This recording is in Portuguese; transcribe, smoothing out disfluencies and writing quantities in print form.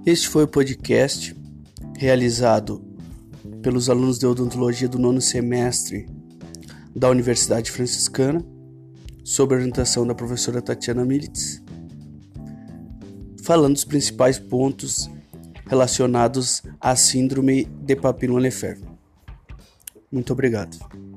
Este foi o podcast realizado pelos alunos de odontologia do 9º semestre da Universidade Franciscana, sob a orientação da professora Tatiana Militz, falando dos principais pontos relacionados à síndrome de Papillon-Lefèvre. Muito obrigado.